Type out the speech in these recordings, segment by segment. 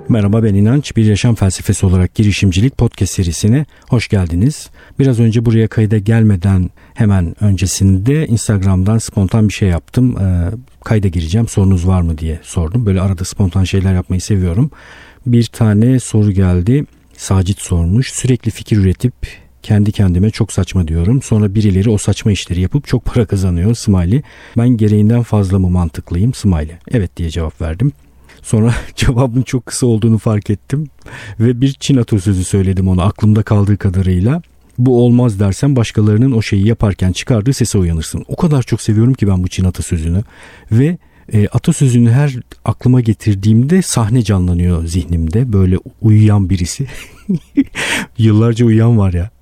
Merhaba, ben İnanç. Bir yaşam felsefesi olarak girişimcilik podcast serisine hoş geldiniz. Biraz önce buraya kayda gelmeden hemen öncesinde Instagram'dan spontan bir şey yaptım. Kayda gireceğim, sorunuz var mı diye sordum. Böyle arada spontan şeyler yapmayı seviyorum. Bir tane soru geldi. Sacit sormuş. Sürekli fikir üretip kendi kendime çok saçma diyorum. Sonra birileri o saçma işleri yapıp çok para kazanıyor. Smiley. Ben gereğinden fazla mı mantıklıyım? Smiley. Evet diye cevap verdim. Sonra cevabın çok kısa olduğunu fark ettim ve bir Çin atasözü söyledim ona aklımda kaldığı kadarıyla. Bu olmaz dersen başkalarının o şeyi yaparken çıkardığı sese uyanırsın. O kadar çok seviyorum ki ben bu Çin atasözünü ve atasözünü her aklıma getirdiğimde sahne canlanıyor zihnimde. Böyle uyuyan birisi. Yıllarca uyuyan var ya.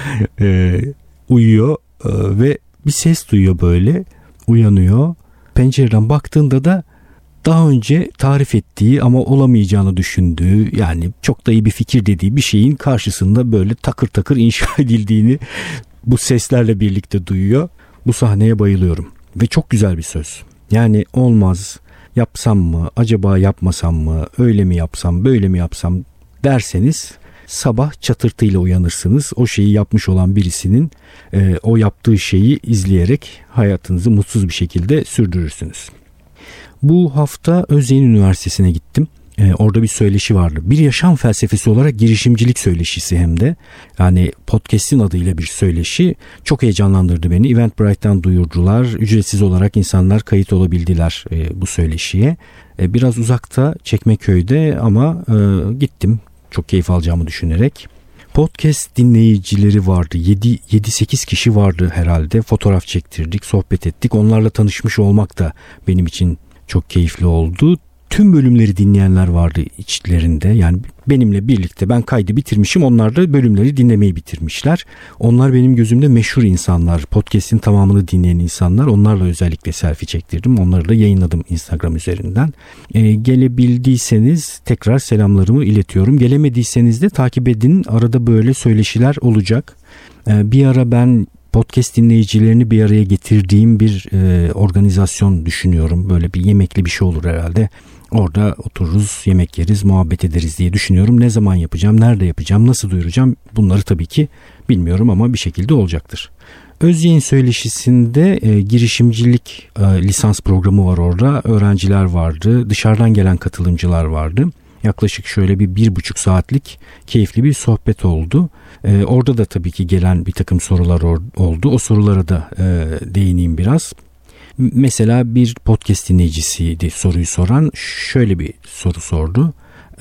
Uyuyor ve bir ses duyuyor böyle. Uyanıyor. Pencereden baktığında da daha önce tarif ettiği ama olamayacağını düşündüğü, yani çok da iyi bir fikir dediği bir şeyin karşısında böyle takır takır inşa edildiğini bu seslerle birlikte duyuyor. Bu sahneye bayılıyorum ve çok güzel bir söz. Yani olmaz, yapsam mı, acaba yapmasam mı, öyle mi yapsam, böyle mi yapsam derseniz sabah çatırtıyla uyanırsınız. O şeyi yapmış olan birisinin o yaptığı şeyi izleyerek hayatınızı mutsuz bir şekilde sürdürürsünüz. Bu hafta Özyeğin Üniversitesi'ne gittim. Orada bir söyleşi vardı. Bir yaşam felsefesi olarak girişimcilik söyleşisi hem de. Yani podcast'in adıyla bir söyleşi. Çok heyecanlandırdı beni. Eventbrite'den duyurdular. Ücretsiz olarak insanlar kayıt olabildiler bu söyleşiye. Biraz uzakta, Çekmeköy'de ama gittim. Çok keyif alacağımı düşünerek. Podcast dinleyicileri vardı. 7-8 kişi vardı herhalde. Fotoğraf çektirdik, sohbet ettik. Onlarla tanışmış olmak da benim için çok keyifli oldu. Tüm bölümleri dinleyenler vardı içlerinde. Yani benimle birlikte ben kaydı bitirmişim. Onlar da bölümleri dinlemeyi bitirmişler. Onlar benim gözümde meşhur insanlar. Podcast'in tamamını dinleyen insanlar. Onlarla özellikle selfie çektirdim. Onları da yayınladım Instagram üzerinden. Gelebildiyseniz tekrar selamlarımı iletiyorum. Gelemediyseniz de takip edin. Arada böyle söyleşiler olacak. Bir ara ben podcast dinleyicilerini bir araya getirdiğim bir organizasyon düşünüyorum. Böyle bir yemekli bir şey olur herhalde. Orada otururuz, yemek yeriz, muhabbet ederiz diye düşünüyorum. Ne zaman yapacağım, nerede yapacağım, nasıl duyuracağım bunları tabii ki bilmiyorum ama bir şekilde olacaktır. Özyeğin söyleşisinde girişimcilik lisans programı var orada. Öğrenciler vardı, dışarıdan gelen katılımcılar vardı. Yaklaşık şöyle bir 1,5 saatlik keyifli bir sohbet oldu. Orada da tabii ki gelen bir takım sorular oldu. O sorulara da değineyim biraz. Mesela bir podcast dinleyicisiydi soruyu soran. Şöyle bir soru sordu.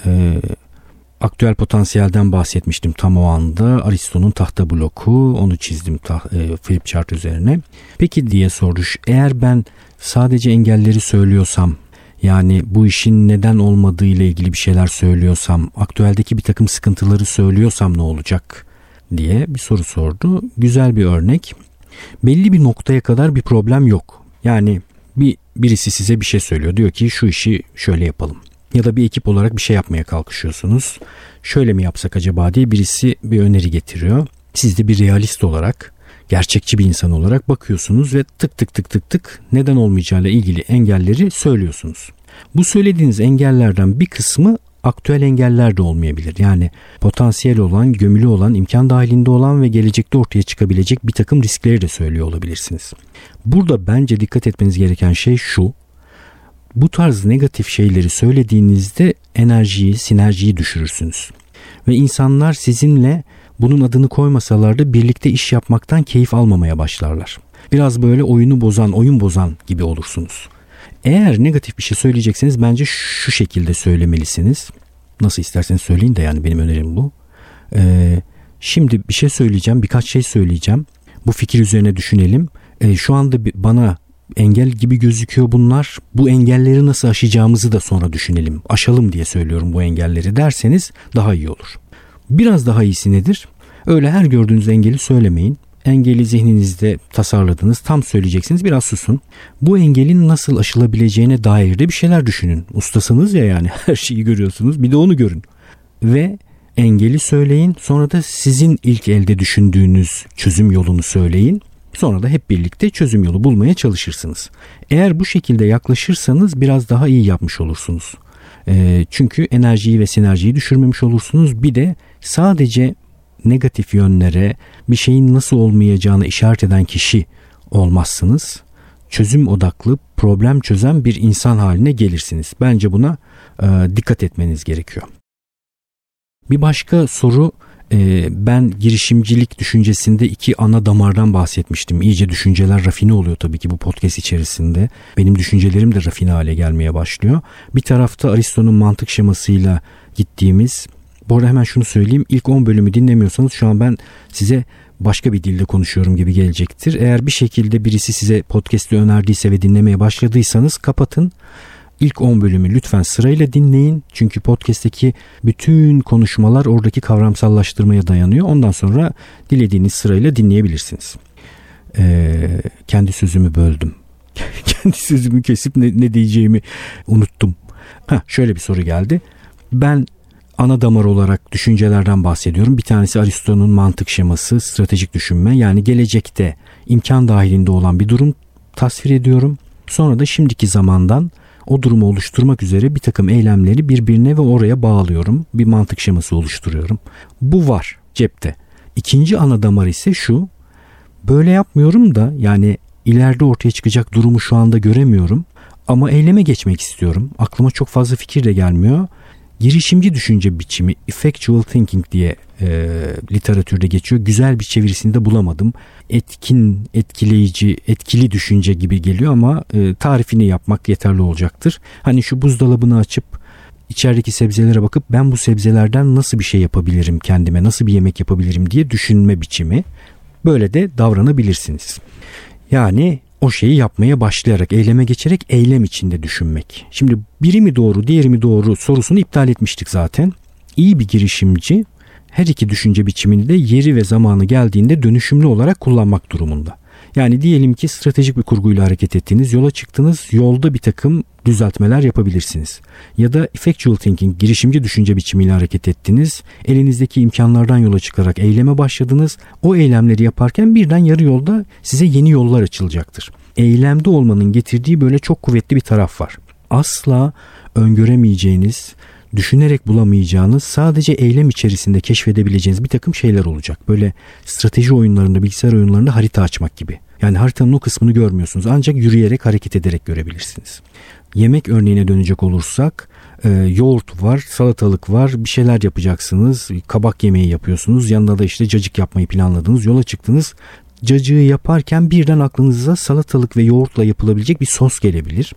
Aktüel potansiyelden bahsetmiştim tam o anda. Aristo'nun tahta bloku, onu çizdim flip chart üzerine. Peki diye sordu. Eğer ben sadece engelleri söylüyorsam, yani bu işin neden olmadığı ile ilgili bir şeyler söylüyorsam, aktüeldeki bir takım sıkıntıları söylüyorsam ne olacak diye bir soru sordu. Güzel bir örnek. Belli bir noktaya kadar bir problem yok. Yani birisi size bir şey söylüyor. Diyor ki şu işi şöyle yapalım. Ya da bir ekip olarak bir şey yapmaya kalkışıyorsunuz. Şöyle mi yapsak acaba diye birisi bir öneri getiriyor. Siz de bir realist olarak, gerçekçi bir insan olarak bakıyorsunuz ve tık tık tık tık tık neden olmayacağıyla ilgili engelleri söylüyorsunuz. Bu söylediğiniz engellerden bir kısmı aktüel engeller de olmayabilir. Yani potansiyel olan, gömülü olan, imkan dahilinde olan ve gelecekte ortaya çıkabilecek bir takım riskleri de söylüyor olabilirsiniz. Burada bence dikkat etmeniz gereken şey şu. Bu tarz negatif şeyleri söylediğinizde enerjiyi, sinerjiyi düşürürsünüz. Ve insanlar sizinle bunun adını koymasalar da birlikte iş yapmaktan keyif almamaya başlarlar. Biraz böyle oyun bozan gibi olursunuz. Eğer negatif bir şey söyleyecekseniz bence şu şekilde söylemelisiniz. Nasıl isterseniz söyleyin de, yani benim önerim bu. Şimdi bir şey söyleyeceğim, birkaç şey söyleyeceğim. Bu fikir üzerine düşünelim. Şu anda bana engel gibi gözüküyor bunlar. Bu engelleri nasıl aşacağımızı da sonra düşünelim. Aşalım diye söylüyorum bu engelleri derseniz daha iyi olur. Biraz daha iyisi nedir? Öyle her gördüğünüz engeli söylemeyin. Engeli zihninizde tasarladınız, tam söyleyeceksiniz, biraz susun. Bu engelin nasıl aşılabileceğine dair de bir şeyler düşünün. Ustasınız ya, yani her şeyi görüyorsunuz, bir de onu görün. Ve engeli söyleyin, sonra da sizin ilk elde düşündüğünüz çözüm yolunu söyleyin. Sonra da hep birlikte çözüm yolu bulmaya çalışırsınız. Eğer bu şekilde yaklaşırsanız biraz daha iyi yapmış olursunuz. Çünkü enerjiyi ve sinerjiyi düşürmemiş olursunuz. Bir de sadece negatif yönlere, bir şeyin nasıl olmayacağını işaret eden kişi olmazsınız. Çözüm odaklı, problem çözen bir insan haline gelirsiniz. Bence buna dikkat etmeniz gerekiyor. Bir başka soru, ben girişimcilik düşüncesinde 2 ana damardan bahsetmiştim. İyice düşünceler rafine oluyor tabii ki bu podcast içerisinde. Benim düşüncelerim de rafine hale gelmeye başlıyor. Bir tarafta Aristo'nun mantık şemasıyla gittiğimiz, bu arada hemen şunu söyleyeyim, ilk 10 bölümü dinlemiyorsanız şu an ben size başka bir dilde konuşuyorum gibi gelecektir. Eğer bir şekilde birisi size podcast'i önerdiyse ve dinlemeye başladıysanız kapatın. İlk 10 bölümü lütfen sırayla dinleyin. Çünkü podcast'teki bütün konuşmalar oradaki kavramsallaştırmaya dayanıyor. Ondan sonra dilediğiniz sırayla dinleyebilirsiniz. Kendi sözümü böldüm. Kendi sözümü kesip ne diyeceğimi unuttum. Şöyle bir soru geldi. Ben ana damar olarak düşüncelerden bahsediyorum. Bir tanesi Aristo'nun mantık şeması, stratejik düşünme. Yani gelecekte imkan dahilinde olan bir durum tasvir ediyorum. Sonra da şimdiki zamandan o durumu oluşturmak üzere bir takım eylemleri birbirine ve oraya bağlıyorum. Bir mantık şeması oluşturuyorum. Bu var cepte. İkinci ana damar ise şu. Böyle yapmıyorum da, yani ileride ortaya çıkacak durumu şu anda göremiyorum. Ama eyleme geçmek istiyorum. Aklıma çok fazla fikir de gelmiyor. Girişimci düşünce biçimi, effectual thinking diye literatürde geçiyor. Güzel bir çevirisini de bulamadım. Etkin, etkileyici, etkili düşünce gibi geliyor ama tarifini yapmak yeterli olacaktır. Hani şu buzdolabını açıp içerideki sebzelere bakıp ben bu sebzelerden nasıl bir şey yapabilirim kendime, nasıl bir yemek yapabilirim diye düşünme biçimi. Böyle de davranabilirsiniz. Yani o şeyi yapmaya başlayarak, eyleme geçerek eylem içinde düşünmek. Şimdi biri mi doğru, diğeri mi doğru sorusunu iptal etmiştik zaten. İyi bir girişimci her iki düşünce biçimini de yeri ve zamanı geldiğinde dönüşümlü olarak kullanmak durumunda. Yani diyelim ki stratejik bir kurguyla hareket ettiniz, yola çıktınız, yolda bir takım düzeltmeler yapabilirsiniz. Ya da effectual thinking, girişimci düşünce biçimiyle hareket ettiniz, elinizdeki imkanlardan yola çıkarak eyleme başladınız. O eylemleri yaparken birden yarı yolda size yeni yollar açılacaktır. Eylemde olmanın getirdiği böyle çok kuvvetli bir taraf var. Asla öngöremeyeceğiniz, düşünerek bulamayacağınız, sadece eylem içerisinde keşfedebileceğiniz bir takım şeyler olacak. Böyle strateji oyunlarında, bilgisayar oyunlarında harita açmak gibi. Yani haritanın o kısmını görmüyorsunuz. Ancak yürüyerek, hareket ederek görebilirsiniz. Yemek örneğine dönecek olursak, yoğurt var, salatalık var, bir şeyler yapacaksınız. Kabak yemeği yapıyorsunuz. Yanında da işte cacık yapmayı planladınız. Yola çıktınız. Cacığı yaparken birden aklınıza salatalık ve yoğurtla yapılabilecek bir sos gelebilir.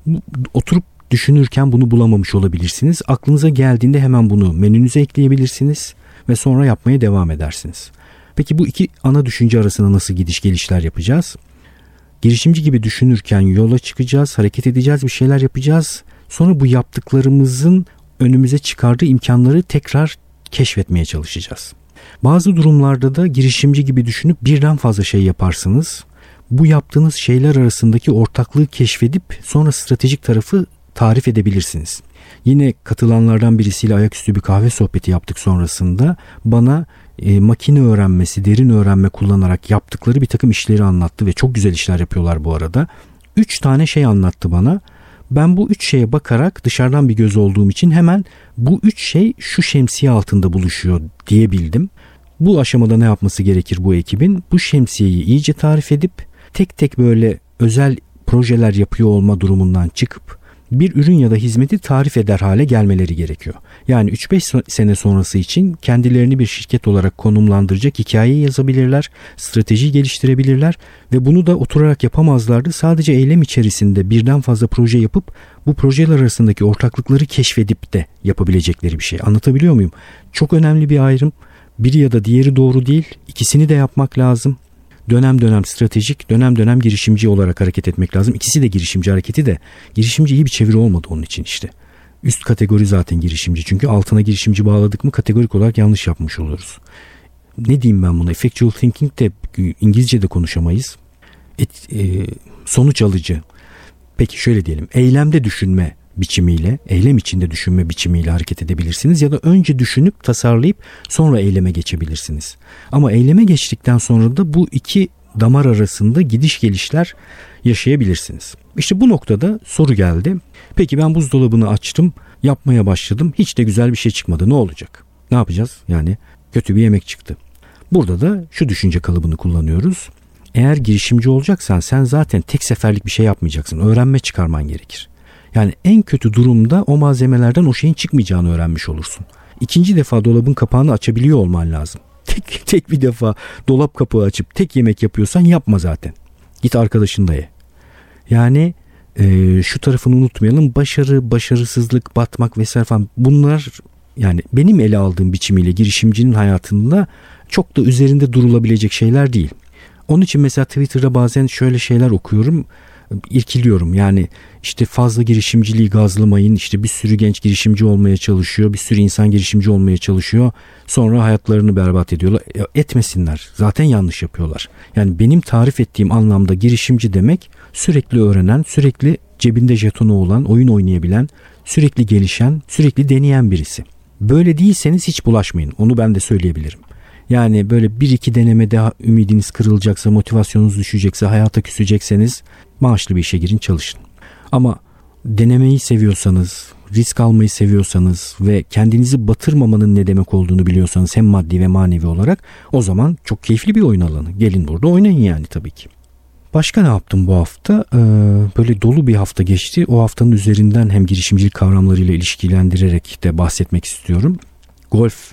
Oturup düşünürken bunu bulamamış olabilirsiniz. Aklınıza geldiğinde hemen bunu menünüze ekleyebilirsiniz ve sonra yapmaya devam edersiniz. Peki bu iki ana düşünce arasında nasıl gidiş gelişler yapacağız? Girişimci gibi düşünürken yola çıkacağız, hareket edeceğiz, bir şeyler yapacağız. Sonra bu yaptıklarımızın önümüze çıkardığı imkanları tekrar keşfetmeye çalışacağız. Bazı durumlarda da girişimci gibi düşünüp birden fazla şey yaparsınız. Bu yaptığınız şeyler arasındaki ortaklığı keşfedip sonra stratejik tarafı tarif edebilirsiniz. Yine katılanlardan birisiyle ayaküstü bir kahve sohbeti yaptık sonrasında. Bana makine öğrenmesi, derin öğrenme kullanarak yaptıkları bir takım işleri anlattı ve çok güzel işler yapıyorlar bu arada. 3 tane şey anlattı bana. Ben bu 3 şeye bakarak dışarıdan bir göz olduğum için hemen bu 3 şey şu şemsiye altında buluşuyor diyebildim. Bu aşamada ne yapması gerekir bu ekibin? Bu şemsiyeyi iyice tarif edip tek tek böyle özel projeler yapıyor olma durumundan çıkıp bir ürün ya da hizmeti tarif eder hale gelmeleri gerekiyor. Yani 3-5 sene sonrası için kendilerini bir şirket olarak konumlandıracak hikayeyi yazabilirler, strateji geliştirebilirler ve bunu da oturarak yapamazlardı. Sadece eylem içerisinde birden fazla proje yapıp bu projeler arasındaki ortaklıkları keşfedip de yapabilecekleri bir şey. Anlatabiliyor muyum? Çok önemli bir ayrım. Biri ya da diğeri doğru değil. İkisini de yapmak lazım. Dönem dönem stratejik, dönem dönem girişimci olarak hareket etmek lazım. İkisi de girişimci hareketi de. Girişimci iyi bir çeviri olmadı onun için işte. Üst kategori zaten girişimci. Çünkü altına girişimci bağladık mı kategorik olarak yanlış yapmış oluruz. Ne diyeyim ben buna? Effectual thinking de İngilizce de konuşamayız. Sonuç alıcı. Peki şöyle diyelim. Eylemde düşünme biçimiyle, eylem içinde düşünme biçimiyle hareket edebilirsiniz ya da önce düşünüp tasarlayıp sonra eyleme geçebilirsiniz. Ama eyleme geçtikten sonra da bu iki damar arasında gidiş gelişler yaşayabilirsiniz. İşte bu noktada soru geldi. Peki ben buzdolabını açtım, yapmaya başladım. Hiç de güzel bir şey çıkmadı. Ne olacak? Ne yapacağız? Yani kötü bir yemek çıktı. Burada da şu düşünce kalıbını kullanıyoruz. Eğer girişimci olacaksan sen zaten tek seferlik bir şey yapmayacaksın. Öğrenme çıkarman gerekir. Yani en kötü durumda o malzemelerden o şeyin çıkmayacağını öğrenmiş olursun. İkinci defa dolabın kapağını açabiliyor olman lazım. Tek bir defa dolap kapağı açıp tek yemek yapıyorsan yapma zaten. Git arkadaşınla ye. Yani şu tarafını unutmayalım. Başarı, başarısızlık, batmak vesaire falan, bunlar yani benim ele aldığım biçimiyle girişimcinin hayatında çok da üzerinde durulabilecek şeyler değil. Onun için mesela Twitter'da bazen şöyle şeyler okuyorum, irkiliyorum. Yani işte fazla girişimciliği gazlamayın, işte bir sürü genç girişimci olmaya çalışıyor, bir sürü insan girişimci olmaya çalışıyor, sonra hayatlarını berbat ediyorlar. Etmesinler, zaten yanlış yapıyorlar. Yani benim tarif ettiğim anlamda girişimci demek sürekli öğrenen, sürekli cebinde jetonu olan, oyun oynayabilen, sürekli gelişen, sürekli deneyen birisi. Böyle değilseniz hiç bulaşmayın, onu ben de söyleyebilirim. Yani böyle bir iki denemede ümidiniz kırılacaksa, motivasyonunuz düşecekse, hayata küsecekseniz maaşlı bir işe girin, çalışın. Ama denemeyi seviyorsanız, risk almayı seviyorsanız ve kendinizi batırmamanın ne demek olduğunu biliyorsanız hem maddi ve manevi olarak, o zaman çok keyifli bir oyun alanı. Gelin burada oynayın yani tabii ki. Başka ne yaptım bu hafta? Böyle dolu bir hafta geçti. O haftanın üzerinden hem girişimcilik kavramlarıyla ilişkilendirerek de bahsetmek istiyorum. Golf.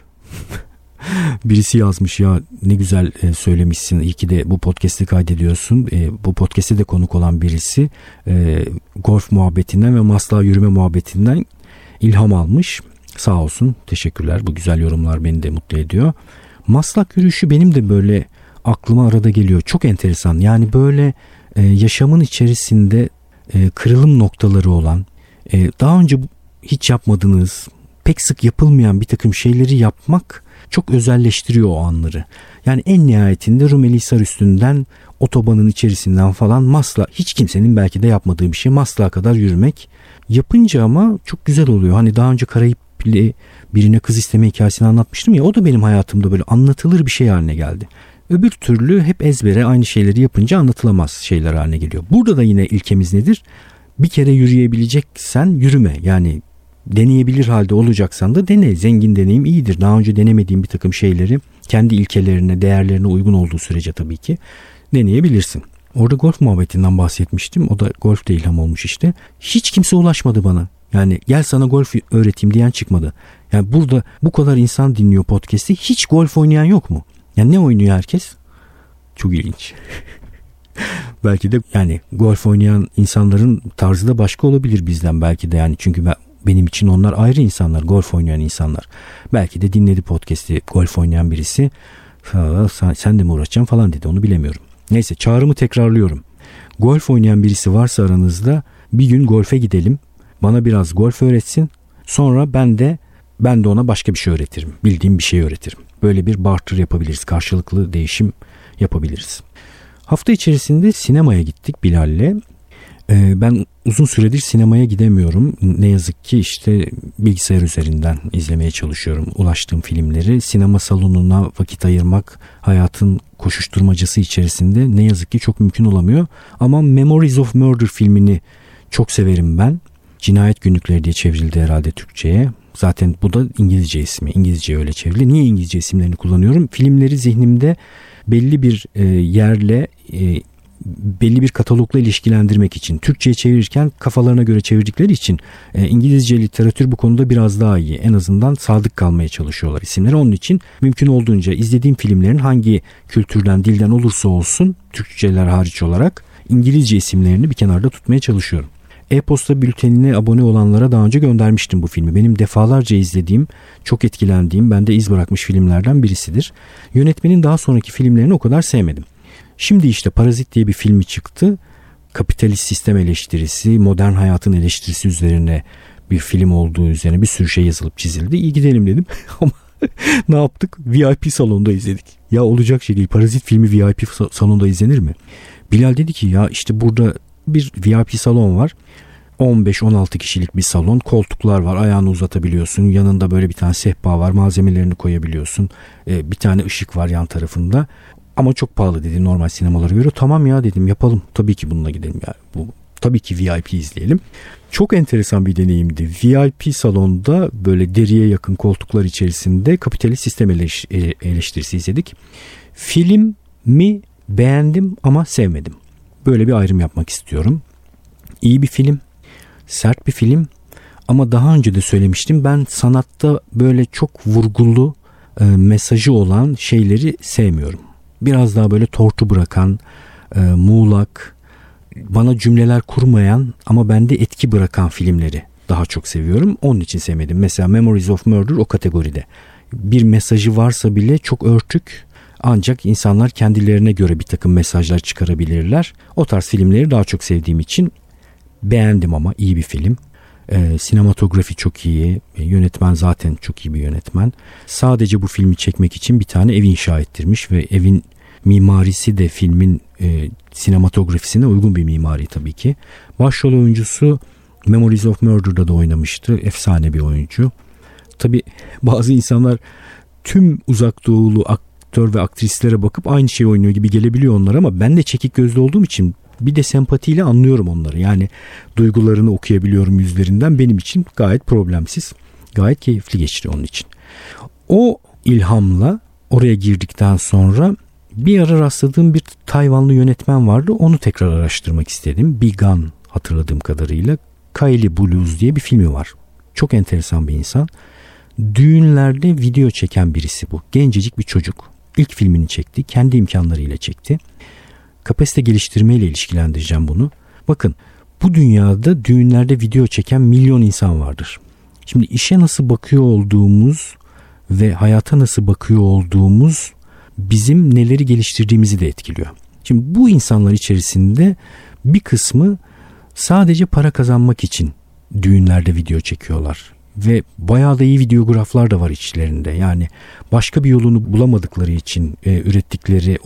Birisi yazmış, ya ne güzel söylemişsin, iyi ki de bu podcast'i kaydediyorsun. Bu podcast'e de konuk olan birisi golf muhabbetinden ve Maslak'a yürüme muhabbetinden ilham almış. Sağ olsun, teşekkürler. Bu güzel yorumlar beni de mutlu ediyor. Maslak yürüyüşü benim de böyle aklıma arada geliyor. Çok enteresan. Yani böyle yaşamın içerisinde kırılım noktaları olan, daha önce hiç yapmadığınız, pek sık yapılmayan bir takım şeyleri yapmak çok özelleştiriyor o anları. Yani en nihayetinde Rumelihisar üstünden, otobanın içerisinden falan Maslak, hiç kimsenin belki de yapmadığı bir şey, Maslak'a kadar yürümek. Yapınca ama çok güzel oluyor. Hani daha önce Karayipli birine kız isteme hikayesini anlatmıştım ya, o da benim hayatımda böyle anlatılır bir şey haline geldi. Öbür türlü hep ezbere aynı şeyleri yapınca anlatılamaz şeyler haline geliyor. Burada da yine ilkemiz nedir? Bir kere yürüyebileceksen yürüme. Yani deneyebilir halde olacaksan da dene. Zengin deneyim iyidir. Daha önce denemediğin bir takım şeyleri kendi ilkelerine, değerlerine uygun olduğu sürece tabii ki deneyebilirsin. Orada golf muhabbetinden bahsetmiştim. O da golfte ilham olmuş işte. Hiç kimse ulaşmadı bana. Yani gel sana golf öğreteyim diyen çıkmadı. Yani burada bu kadar insan dinliyor podcast'i. Hiç golf oynayan yok mu? Yani ne oynuyor herkes? Çok ilginç. Belki de yani golf oynayan insanların tarzı da başka olabilir bizden belki de, yani çünkü benim için onlar ayrı insanlar, golf oynayan insanlar. Belki de dinledi podcast'i golf oynayan birisi, sen de mi uğraşacaksın falan dedi, onu bilemiyorum. Neyse, çağrımı tekrarlıyorum. Golf oynayan birisi varsa aranızda, bir gün golfe gidelim, bana biraz golf öğretsin, sonra ben de ona başka bir şey öğretirim, bildiğim bir şey öğretirim. Böyle bir barter yapabiliriz, karşılıklı değişim yapabiliriz. Hafta içerisinde sinemaya gittik Bilal'le. Ben uzun süredir sinemaya gidemiyorum. Ne yazık ki işte bilgisayar üzerinden izlemeye çalışıyorum ulaştığım filmleri. Sinema salonuna vakit ayırmak hayatın koşuşturmacası içerisinde ne yazık ki çok mümkün olamıyor. Ama Memories of Murder filmini çok severim ben. Cinayet Günlükleri diye çevrildi herhalde Türkçe'ye. Zaten bu da İngilizce ismi. İngilizce öyle çevrildi. Niye İngilizce isimlerini kullanıyorum? Filmleri zihnimde belli bir yerle, belli bir katalogla ilişkilendirmek için. Türkçe'ye çevirirken kafalarına göre çevirdikleri için İngilizce literatür bu konuda biraz daha iyi. En azından sadık kalmaya çalışıyorlar isimleri. Onun için mümkün olduğunca izlediğim filmlerin hangi kültürden, dilden olursa olsun, Türkçeler hariç olarak, İngilizce isimlerini bir kenarda tutmaya çalışıyorum. E-posta bültenine abone olanlara daha önce göndermiştim bu filmi. Benim defalarca izlediğim, çok etkilendiğim, bende iz bırakmış filmlerden birisidir. Yönetmenin daha sonraki filmlerini o kadar sevmedim. Şimdi işte Parazit diye bir filmi çıktı. Kapitalist sistem eleştirisi, modern hayatın eleştirisi üzerine bir film olduğu üzerine bir sürü şey yazılıp çizildi. İyi gidelim dedim ama ne yaptık? VIP salonda izledik. Ya olacak şey değil. Parazit filmi VIP salonda izlenir mi? Bilal dedi ki ya işte burada bir VIP salon var. 15-16 kişilik bir salon. Koltuklar var. Ayağını uzatabiliyorsun. Yanında böyle bir tane sehpa var. Malzemelerini koyabiliyorsun. Bir tane ışık var yan tarafında. Ama çok pahalı dedi normal sinemalara göre. Tamam ya dedim, yapalım. Tabii ki bununla gidelim yani. Bu tabii ki VIP izleyelim. Çok enteresan bir deneyimdi. VIP salonda böyle deriye yakın koltuklar içerisinde kapitalist sistem eleştirisi izledik. Filmi beğendim ama sevmedim. Böyle bir ayrım yapmak istiyorum. İyi bir film, sert bir film ama daha önce de söylemiştim, ben sanatta böyle çok vurgulu mesajı olan şeyleri sevmiyorum. Biraz daha böyle tortu bırakan, muğlak, bana cümleler kurmayan ama bende etki bırakan filmleri daha çok seviyorum. Onun için sevmedim. Mesela Memories of Murder o kategoride. Bir mesajı varsa bile çok örtük, ancak insanlar kendilerine göre bir takım mesajlar çıkarabilirler. O tarz filmleri daha çok sevdiğim için beğendim ama iyi bir film. Sinematografi çok iyi. Yönetmen zaten çok iyi bir yönetmen. Sadece bu filmi çekmek için bir tane ev inşa ettirmiş ve evin mimarisi de filmin sinematografisine uygun bir mimari tabii ki. Başrol oyuncusu Memories of Murder'da da oynamıştı. Efsane bir oyuncu. Tabii bazı insanlar tüm uzak doğulu aktör ve aktrislere bakıp aynı şey oynuyor gibi gelebiliyor onlara ama ben de çekik gözlü olduğum için bir de sempatiyle anlıyorum onları. Yani duygularını okuyabiliyorum yüzlerinden. Benim için gayet problemsiz. Gayet keyifli geçti onun için. O ilhamla oraya girdikten sonra bir ara rastladığım bir Tayvanlı yönetmen vardı. Onu tekrar araştırmak istedim. Bigan hatırladığım kadarıyla. Kylie Blues diye bir filmi var. Çok enteresan bir insan. Düğünlerde video çeken birisi bu. Gencecik bir çocuk. İlk filmini çekti. Kendi imkanlarıyla çekti. Kapasite geliştirmeyle ilişkilendireceğim bunu. Bakın, bu dünyada düğünlerde video çeken milyon insan vardır. Şimdi işe nasıl bakıyor olduğumuz ve hayata nasıl bakıyor olduğumuz bizim neleri geliştirdiğimizi de etkiliyor. Şimdi bu insanlar içerisinde bir kısmı sadece para kazanmak için düğünlerde video çekiyorlar. Ve bayağı da iyi videograflar da var içlerinde. Yani başka bir yolunu bulamadıkları için ürettikleri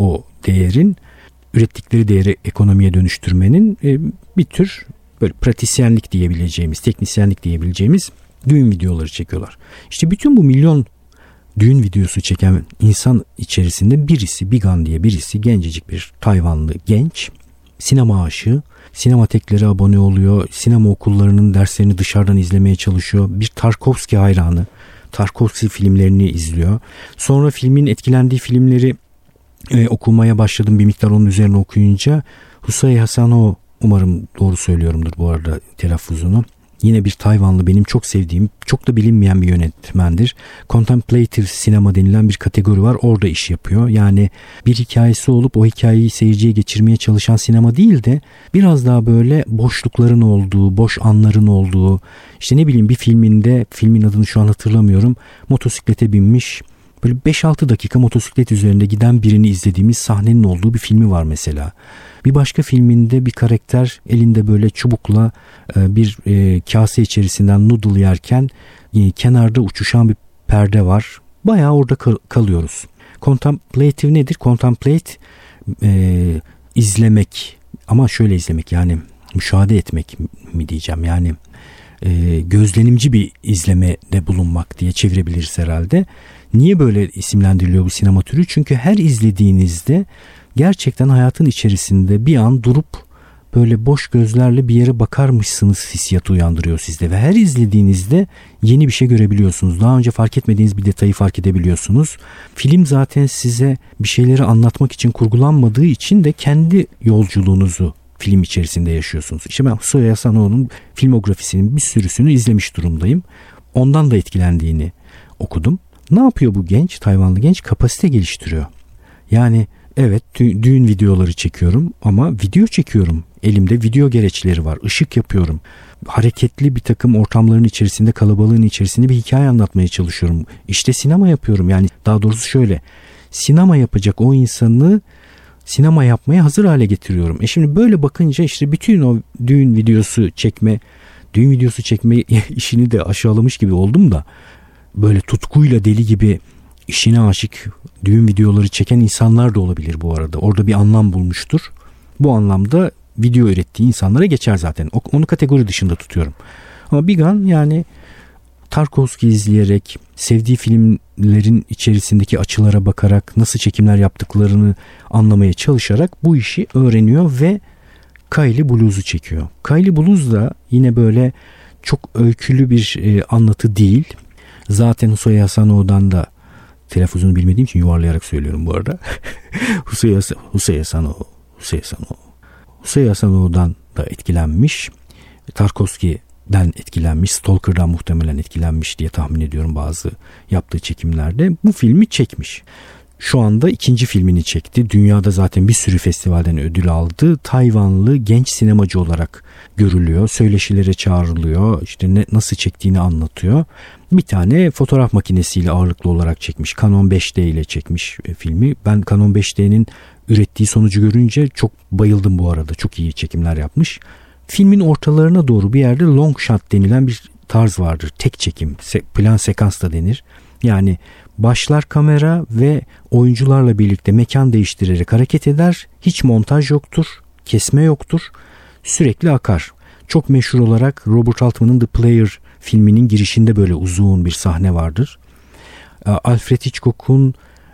değeri ekonomiye dönüştürmenin bir tür böyle pratisyenlik diyebileceğimiz, teknisyenlik diyebileceğimiz düğün videoları çekiyorlar. İşte bütün bu milyon düğün videosu çeken insan içerisinde birisi, Bigan diye birisi, gencecik bir Tayvanlı genç, sinema aşığı, sinemateklere abone oluyor, sinema okullarının derslerini dışarıdan izlemeye çalışıyor, bir Tarkovski hayranı, Tarkovski filmlerini izliyor. Sonra filmin etkilendiği filmleri okumaya başladım, bir miktar onun üzerine okuyunca. Husay Hasanov, umarım doğru söylüyorumdur bu arada telaffuzunu. Yine bir Tayvanlı, benim çok sevdiğim, çok da bilinmeyen bir yönetmendir. Contemplative sinema denilen bir kategori var. Orada iş yapıyor. Yani bir hikayesi olup o hikayeyi seyirciye geçirmeye çalışan sinema değil de biraz daha böyle boşlukların olduğu, boş anların olduğu, işte ne bileyim bir filminde, filmin adını şu an hatırlamıyorum, motosiklete binmiş, böyle 5-6 dakika motosiklet üzerinde giden birini izlediğimiz sahnenin olduğu bir filmi var mesela. Bir başka filminde bir karakter elinde böyle çubukla bir kase içerisinden noodle yerken kenarda uçuşan bir perde var. Bayağı orada kalıyoruz. Contemplative nedir? Contemplate izlemek, ama şöyle izlemek, yani müşahede etmek mi diyeceğim, yani gözlenimci bir izlemede bulunmak diye çevirebiliriz herhalde. Niye böyle isimlendiriliyor bu sinema türü? Çünkü her izlediğinizde gerçekten hayatın içerisinde bir an durup böyle boş gözlerle bir yere bakarmışsınız hissiyatı uyandırıyor sizde ve her izlediğinizde yeni bir şey görebiliyorsunuz. Daha önce fark etmediğiniz bir detayı fark edebiliyorsunuz. Film zaten size bir şeyleri anlatmak için kurgulanmadığı için de kendi yolculuğunuzu film içerisinde yaşıyorsunuz. İşte ben Husay Hasanov'un filmografisinin bir sürüsünü izlemiş durumdayım. Ondan da etkilendiğini okudum. Ne yapıyor bu genç, Tayvanlı genç? Kapasite geliştiriyor. Yani evet, düğün videoları çekiyorum ama video çekiyorum. Elimde video gereçleri var. Işık yapıyorum. Hareketli bir takım ortamların içerisinde, kalabalığın içerisinde bir hikaye anlatmaya çalışıyorum. İşte sinema yapıyorum. Yani daha doğrusu şöyle, sinema yapacak o insanı sinema yapmaya hazır hale getiriyorum. Şimdi böyle bakınca işte bütün o düğün videosu çekme işini de aşağılamış gibi oldum da, böyle tutkuyla deli gibi işine aşık düğün videoları çeken insanlar da olabilir bu arada. Orada bir anlam bulmuştur. Bu anlamda video ürettiği insanlara geçer zaten. Onu kategori dışında tutuyorum. Ama Bigan yani Tarkovski izleyerek, sevdiği filmlerin içerisindeki açılara bakarak, nasıl çekimler yaptıklarını anlamaya çalışarak bu işi öğreniyor ve Kaili Blues'u çekiyor. Kaili Blues da yine böyle çok öykülü bir anlatı değil. Zaten Hussein Hasanoğlu'dan da, telaffuzunu bilmediğim için yuvarlayarak söylüyorum bu arada. Hussein Hasanoğlu'dan da etkilenmiş. Tarkovski'den etkilenmiş. Stalker'dan muhtemelen etkilenmiş diye tahmin ediyorum bazı yaptığı çekimlerde. Bu filmi çekmiş. Şu anda ikinci filmini çekti. Dünyada zaten bir sürü festivalden ödül aldı. Tayvanlı genç sinemacı olarak görülüyor. Söyleşilere çağrılıyor. İşte nasıl çektiğini anlatıyor. Bir tane fotoğraf makinesiyle ağırlıklı olarak çekmiş. Canon 5D ile çekmiş filmi. Ben Canon 5D'nin ürettiği sonucu görünce çok bayıldım bu arada. Çok iyi çekimler yapmış. Filmin ortalarına doğru bir yerde long shot denilen bir tarz vardır. Tek çekim, plan sekans da denir. Yani başlar kamera ve oyuncularla birlikte mekan değiştirerek hareket eder. Hiç montaj yoktur, kesme yoktur. Sürekli akar. Çok meşhur olarak Robert Altman'ın The Player filminin girişinde böyle uzun bir sahne vardır. Alfred Hitchcock'un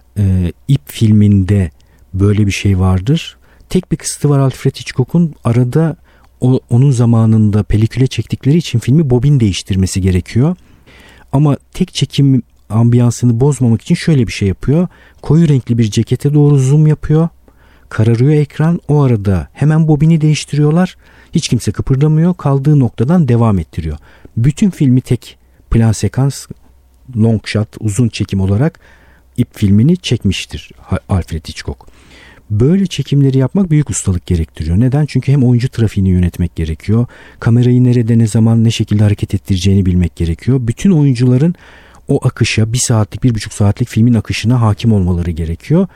İp filminde böyle bir şey vardır. Tek bir kısıtı var Alfred Hitchcock'un, arada onun zamanında peliküle çektikleri için filmi bobin değiştirmesi gerekiyor. Ama tek çekim ambiyansını bozmamak için şöyle bir şey yapıyor. Koyu renkli bir cekete doğru zoom yapıyor. Kararıyor ekran. O arada hemen bobini değiştiriyorlar. Hiç kimse kıpırdamıyor. Kaldığı noktadan devam ettiriyor. Bütün filmi tek plan sekans, long shot, uzun çekim olarak İp filmini çekmiştir Alfred Hitchcock. Böyle çekimleri yapmak büyük ustalık gerektiriyor. Neden? Çünkü hem oyuncu trafiğini yönetmek gerekiyor. Kamerayı nerede, ne zaman, ne şekilde hareket ettireceğini bilmek gerekiyor. Bütün oyuncuların o akışa, 1 saatlik, 1,5 saatlik filmin akışına hakim olmaları gerekiyor.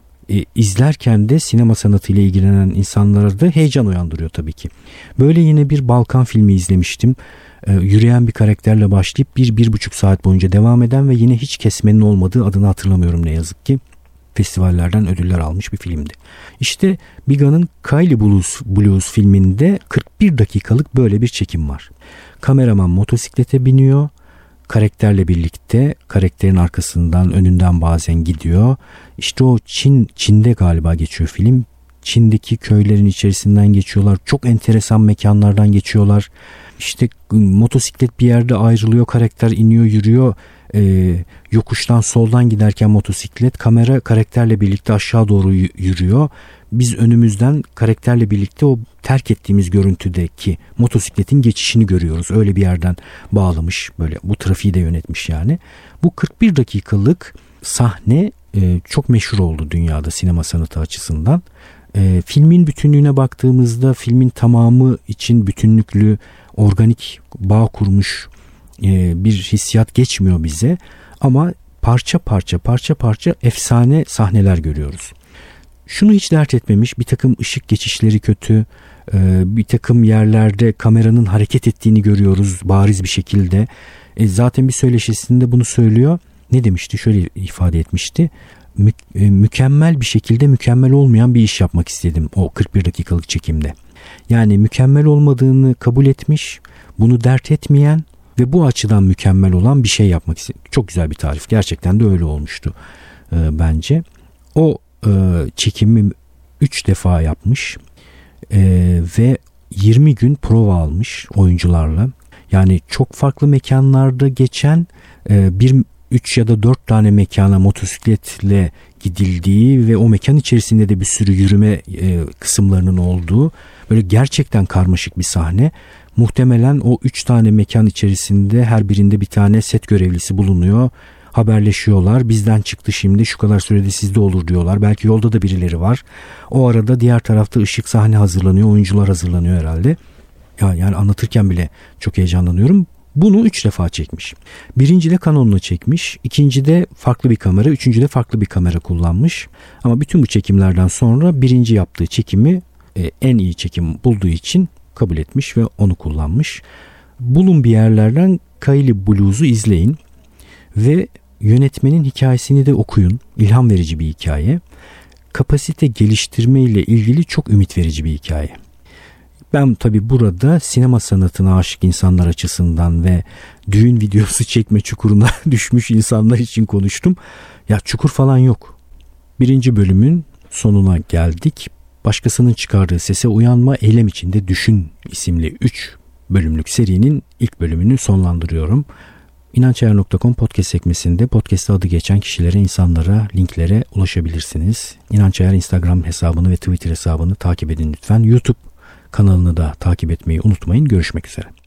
İzlerken de sinema sanatıyla ilgilenen insanlara da heyecan uyandırıyor tabii ki. Böyle yine bir Balkan filmi izlemiştim. Yürüyen bir karakterle başlayıp 1,5 saat boyunca devam eden ve yine hiç kesmenin olmadığı, adını hatırlamıyorum ne yazık ki, festivallerden ödüller almış bir filmdi. İşte Biga'nın Kaili Blues filminde 41 dakikalık böyle bir çekim var. Kameraman motosiklete biniyor. Karakterle birlikte, karakterin arkasından, önünden bazen gidiyor. İşte o Çin'de galiba geçiyor film. Çin'deki köylerin içerisinden geçiyorlar. Çok enteresan mekanlardan geçiyorlar. İşte motosiklet bir yerde ayrılıyor. Karakter iniyor, yürüyor. Yokuştan soldan giderken motosiklet, kamera karakterle birlikte aşağı doğru yürüyor. Biz önümüzden karakterle birlikte o terk ettiğimiz görüntüdeki motosikletin geçişini görüyoruz. Öyle bir yerden bağlamış, böyle bu trafiği de yönetmiş yani. Bu 41 dakikalık sahne çok meşhur oldu dünyada sinema sanatı açısından. Filmin bütünlüğüne baktığımızda filmin tamamı için bütünlüklü, organik bağ kurmuş bir hissiyat geçmiyor bize. Ama parça parça efsane sahneler görüyoruz. Şunu hiç dert etmemiş, bir takım ışık geçişleri kötü, bir takım yerlerde kameranın hareket ettiğini görüyoruz bariz bir şekilde. Zaten bir söyleşisinde bunu söylüyor. Ne demişti? Şöyle ifade etmişti. Mükemmel bir şekilde mükemmel olmayan bir iş yapmak istedim o 41 dakikalık çekimde. Yani mükemmel olmadığını kabul etmiş, bunu dert etmeyen ve bu açıdan mükemmel olan bir şey yapmak istedim. Çok güzel bir tarif. Gerçekten de öyle olmuştu bence. O çekimi 3 defa yapmış ve 20 gün prova almış oyuncularla. Yani çok farklı mekanlarda geçen 3 ya da 4 tane mekana motosikletle gidildiği ve o mekan içerisinde de bir sürü yürüme kısımlarının olduğu böyle gerçekten karmaşık bir sahne. Muhtemelen o 3 tane mekan içerisinde her birinde bir tane set görevlisi bulunuyor. Haberleşiyorlar. Bizden çıktı şimdi, şu kadar sürede sizde olur diyorlar. Belki yolda da birileri var. O arada diğer tarafta ışık, sahne hazırlanıyor. Oyuncular hazırlanıyor herhalde. Yani anlatırken bile çok heyecanlanıyorum. Bunu 3 defa çekmiş. Birincide Canon'la çekmiş. İkincide farklı bir kamera. Üçüncüde farklı bir kamera kullanmış. Ama bütün bu çekimlerden sonra birinci yaptığı çekimi en iyi çekim bulduğu için kabul etmiş ve onu kullanmış. Bulun bir yerlerden Kaili Blues'u izleyin ve yönetmenin hikayesini de okuyun. İlham verici bir hikaye. Kapasite geliştirme ile ilgili çok ümit verici bir hikaye. Ben tabii burada sinema sanatına aşık insanlar açısından ve düğün videosu çekme çukuruna düşmüş insanlar için konuştum. Ya çukur falan yok. 1. bölümün sonuna geldik. Başkasının çıkardığı sese uyanma, eylem içinde düşün isimli 3 bölümlük serinin ilk bölümünü sonlandırıyorum. İnançayar.com podcast sekmesinde podcast'te adı geçen kişilere, insanlara, linklere ulaşabilirsiniz. İnanç Ayar Instagram hesabını ve Twitter hesabını takip edin lütfen. YouTube kanalını da takip etmeyi unutmayın. Görüşmek üzere.